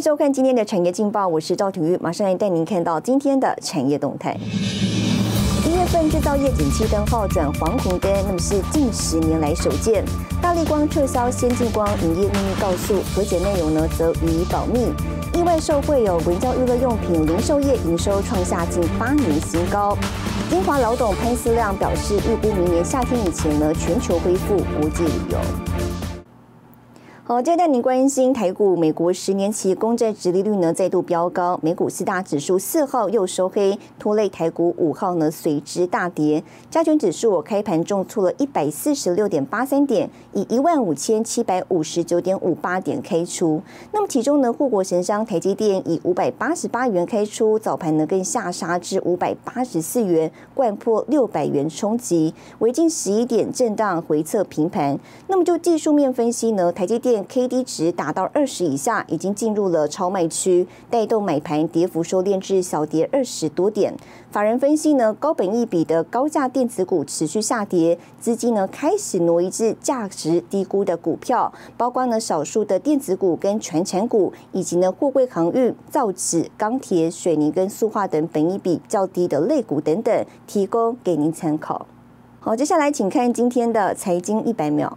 迎收看今天的产业劲报，我是赵廷玉，马上来带您看到今天的产业动态。1月份制造业景气灯号转黄红灯，那么是近10年来首见。大立光撤销先进光营业秘密告诉，和解内容呢则予以保密。意外受惠有文教娱乐用品零售业营收创下近8年新高。金华老董潘思亮表示，预估明年夏天以前呢，全球恢复国际旅游。好，接着带您关心台股，美国10年期公债殖利率呢再度飙高，美股4大指数4号又收黑，拖累台股5号呢随之大跌。加权指数开盘重挫了146.83点，以15759.58点开出。那么其中呢，护国神商台积电以588元开出，早盘呢更下杀至584元，掼破600元冲击，为近11点震荡回测平盘。那么就技术面分析呢，台积电KD 值达到20以下，已经进入了超卖区，带动买盘跌幅收敛至小跌20多点。法人分析呢，高本益比的高价电子股持续下跌，资金呢开始挪移至价值低估的股票，包括呢少数的电子股跟传产股，以及呢货柜航运、造纸、钢铁、水泥跟塑化等本益比较低的类股等等，提供给您参考。好，接下来请看今天的财经100秒。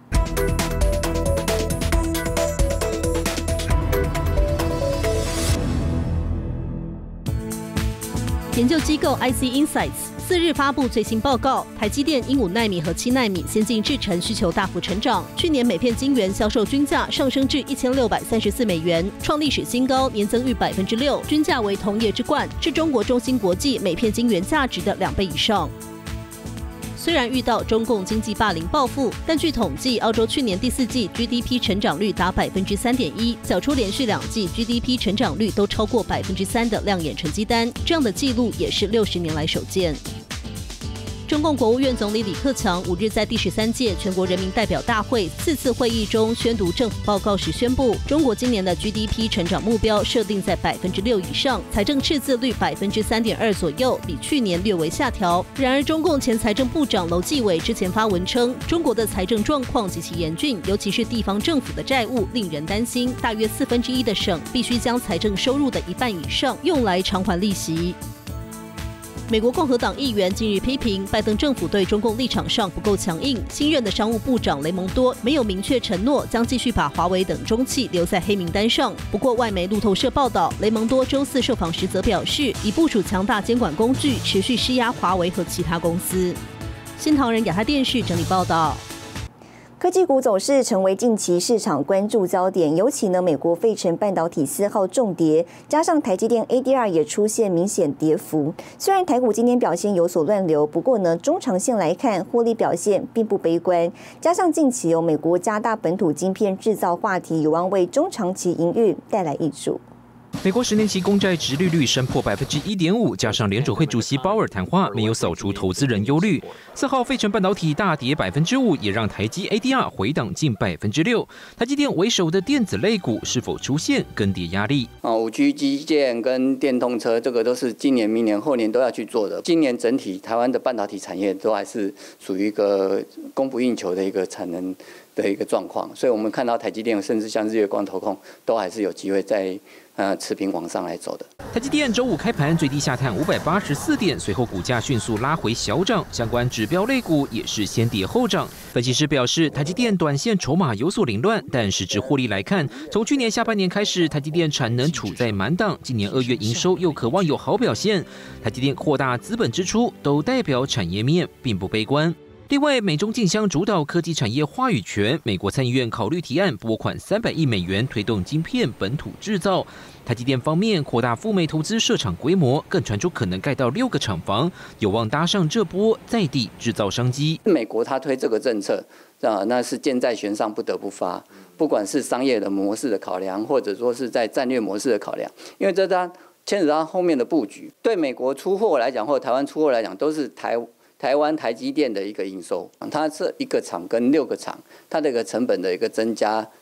研究机构 IC Insights 4日发布最新报告，台积电因5奈米和7奈米先进制程需求大幅成长，去年每片晶圆销售均价上升至1634美元，创历史新高，年增率6%，均价为同业之冠，是中国中芯国际每片晶圆价值的2倍以上。虽然遇到中共经济霸凌报复，但据统计，澳洲去年第4季 GDP 成长率达3.1%，缴出连续2季 GDP 成长率都超过3%的亮眼成绩单，这样的记录也是60年来首见。中共国务院总理李克强5日在第13届全国人民代表大会4次会议中宣读政府报告时宣布，中国今年的 GDP 成长目标设定在6%以上，财政赤字率3.2%左右，比去年略为下调。然而，中共前财政部长楼继伟之前发文称，中国的财政状况极其严峻，尤其是地方政府的债务令人担心，大约1/4的省必须将财政收入的1半以上用来偿还利息。美国共和党议员近日批评拜登政府对中共立场上不够强硬，新任的商务部长雷蒙多没有明确承诺将继续把华为等中企留在黑名单上。不过，外媒路透社报道，雷蒙多周4受访时则表示，已部署强大监管工具，持续施压华为和其他公司。新唐人亚太电视整理报道。 科技股走势成为近期市场关注焦点，尤其呢，美国费城半导体4号重跌，加上台积电 ADR 也出现明显跌幅。虽然台股今天表现有所乱流，不过呢，中长线来看，获利表现并不悲观。加上近期有美国加大本土晶片制造话题，有望为中长期营运带来益处。 美国10年期公债殖利率升破1.5%，加上联准会主席鲍尔谈话没有扫除投资人忧虑。4号费城半导体大跌5%，也让台积 ADR 回档近6%。台积电为首的电子类股是否出现更迭压力 ？5G 基建跟电动车，这个都是今年、明年、后年都要去做的。今年整体台湾的半导体产业都还是属于一个供不应求的一个产能的一个状况，所以我们看到台积电甚至像日月光、投控都还是有机会在持平往上来走的。 台积电周5开盘最低下探584点，随后股价迅速拉回小涨，相关指标类股也是先跌后涨。分析师表示，台积电短线筹码有所凌乱，但实质获利来看，从去年下半年开始，台积电产能处在满档，今年2月营收又渴望有好表现。台积电扩大资本支出，都代表产业面并不悲观。另外，美中竞相主导科技产业话语权，美国参议院考虑提案拨款300亿美元推动晶片本土制造。台积电方面扩大赴美投资设厂规模，更传出可能盖到6个厂房，有望搭上这波在地制造商机。 美国他推这个政策那是箭在弦上不得不发，不管是商业的模式的考量，或者说是在战略模式的考量，因为这牵扯到后面的布局。对美国出货来讲，或者台湾出货来讲，都是台湾台积电的一个营收，它这1个厂跟6个厂，它的一个成本的一个增加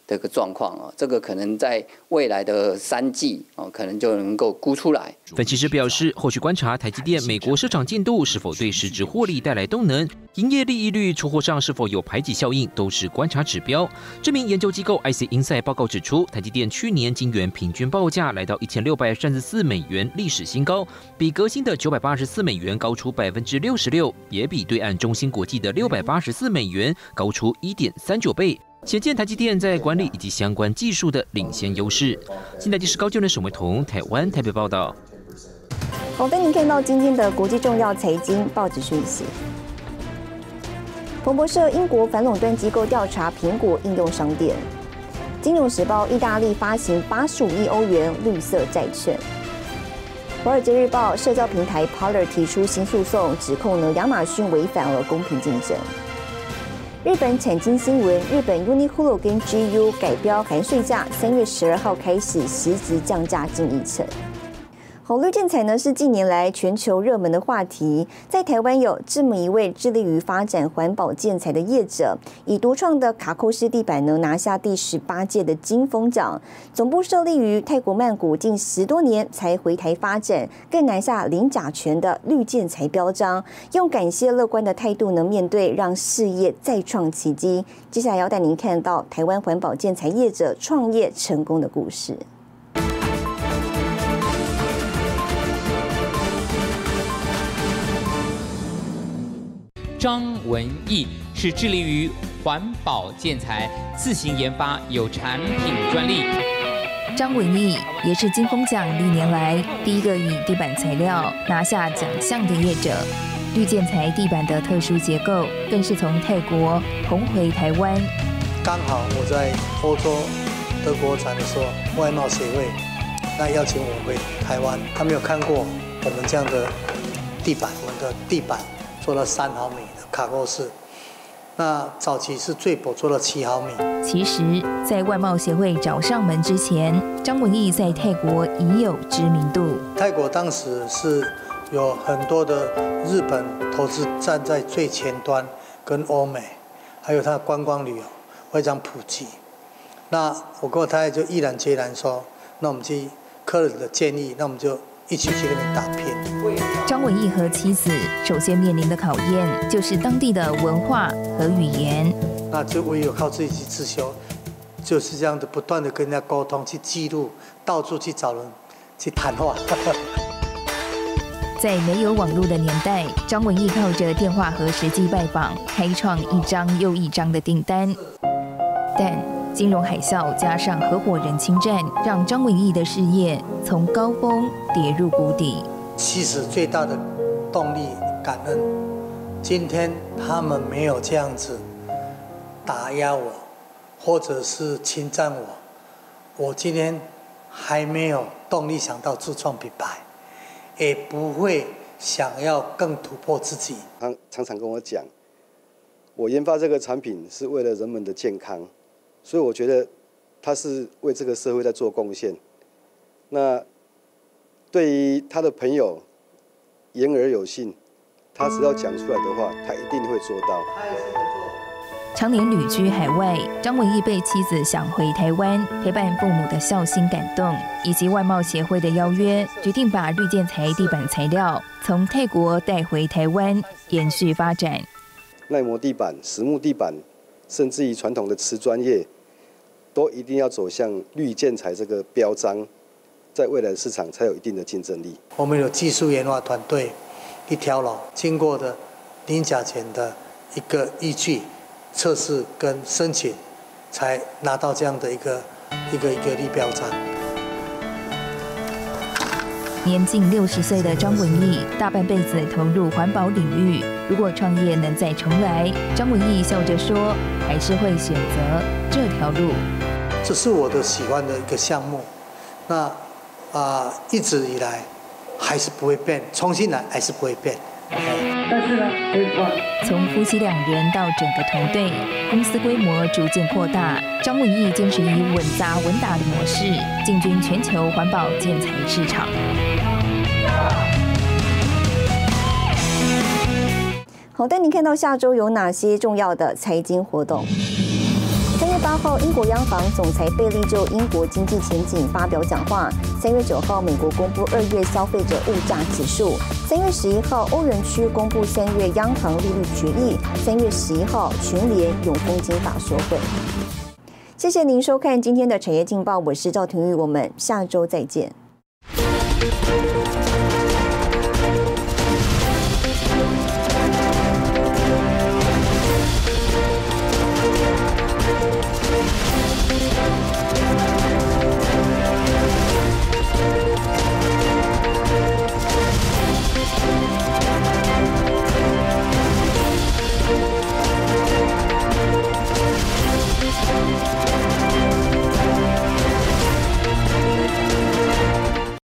的一个状况啊，这个可能在未来的3季啊，可能就能够估出来。 分析师表示，后续观察台积电美国市场进度是否对实质获利带来动能，营业利益率、出货上是否有排挤效应，都是观察指标。知名研究机构 IC Insight 报告指出，台积电去年晶圆平均报价来到$1634历史新高，比革新的$984高出66%，也比对岸中芯国际的$684高出1.39倍。显见台积电在管理以及相关技术的领先优势。新台电视高就能沈维彤台湾台北报道。 好，带您看到今天的国际重要财经报纸讯息。彭博社英国反垄断机构调查苹果应用商店。金融时报，意大利发行85亿欧元绿色债券。华尔街日报，社交平台 Parler 提出新诉讼，指控亚马逊违反了公平竞争。日本产经新闻，日本 Uniqlo 跟 GU 改标含税价，3月12号开始实质降价近1成。好，绿建材是近年来全球热门的话题。在台湾有这么一位致力于发展环保建材的业者，以独创的卡扣式地板拿下第18届的金峰奖。总部设立于泰国曼谷，近10多年才回台发展，更拿下零甲醛的绿建材标章。用感谢乐观的态度面对，让事业再创奇迹。接下来要带您看到台湾环保建材业者创业成功的故事。 张文义是致力于环保建材，自行研发有产品专利。 张文义也是金峰奖历年来第一个以地板材料拿下奖项的业者。绿建材地板的特殊结构，更是从泰国红回台湾。 刚好我在欧洲德国展的时候，外贸协会那邀请我回台湾，他没有看过我们这样的地板，我们的地板做了3毫米的卡扣式，那早期是最薄做了7毫米。 其实，在外贸协会找上门之前，张文义在泰国已有知名度。 泰国当时是有很多的日本投资站在最前端，跟欧美，还有它的观光旅游非常普及。那我跟我太太就毅然决然说，那我们去客人的建议，那我们就一起去那边打拼。 张文义和妻子首先面临的考验，就是当地的文化和语言。 那就唯有靠自己去自修，就是这样的不断的跟人家沟通，去记录，到处去找人去谈话。 在没有网络的年代，张文义靠着电话和实际拜访，开创一张又一张的订单。但金融海啸加上合伙人侵占，让张文义的事业从高峰跌入谷底。 其实最大的动力感恩，今天他们没有这样子打压我，或者是侵占我，我今天还没有动力想到自创品牌，也不会想要更突破自己。 他常常跟我讲，我研发这个产品是为了人们的健康，所以我觉得他是为这个社会在做贡献。那对于他的朋友言而有信，他只要讲出来的话，他一定会做到。 常年旅居海外，张文义被妻子想回台湾陪伴父母的孝心感动，以及外贸协会的邀约，决定把绿建材地板材料从泰国带回台湾，延续发展。 耐磨地板、实木地板，甚至于传统的瓷砖业，都一定要走向绿建材这个标章，在未来的市场才有一定的竞争力。 我们有技术研发团队，一条龙经过的零甲醛的一个依据测试跟申请，才拿到这样的一个绿标章。 年近60岁的张文义，大半辈子投入环保领域。如果创业能再重来，张文义笑着说，还是会选择这条路。 这是我的喜欢的一个项目，那一直以来还是不会变，重新来还是不会变。但是呢， 从夫妻2人到整个团队，公司规模逐渐扩大。张文义坚持以稳扎稳打的模式，进军全球环保建材市场。好，带您看到下周有哪些重要的财经活动。3月 8号，英国央行总裁贝利就英国经济前景发表讲话。3月9号，美国公布2月消费者物价指数。3月11号，欧元区公布3月央行利率决议。3月11号，群联永丰金法说会。谢谢您收看今天的产业劲报，我是赵廷玉，我们下周再见。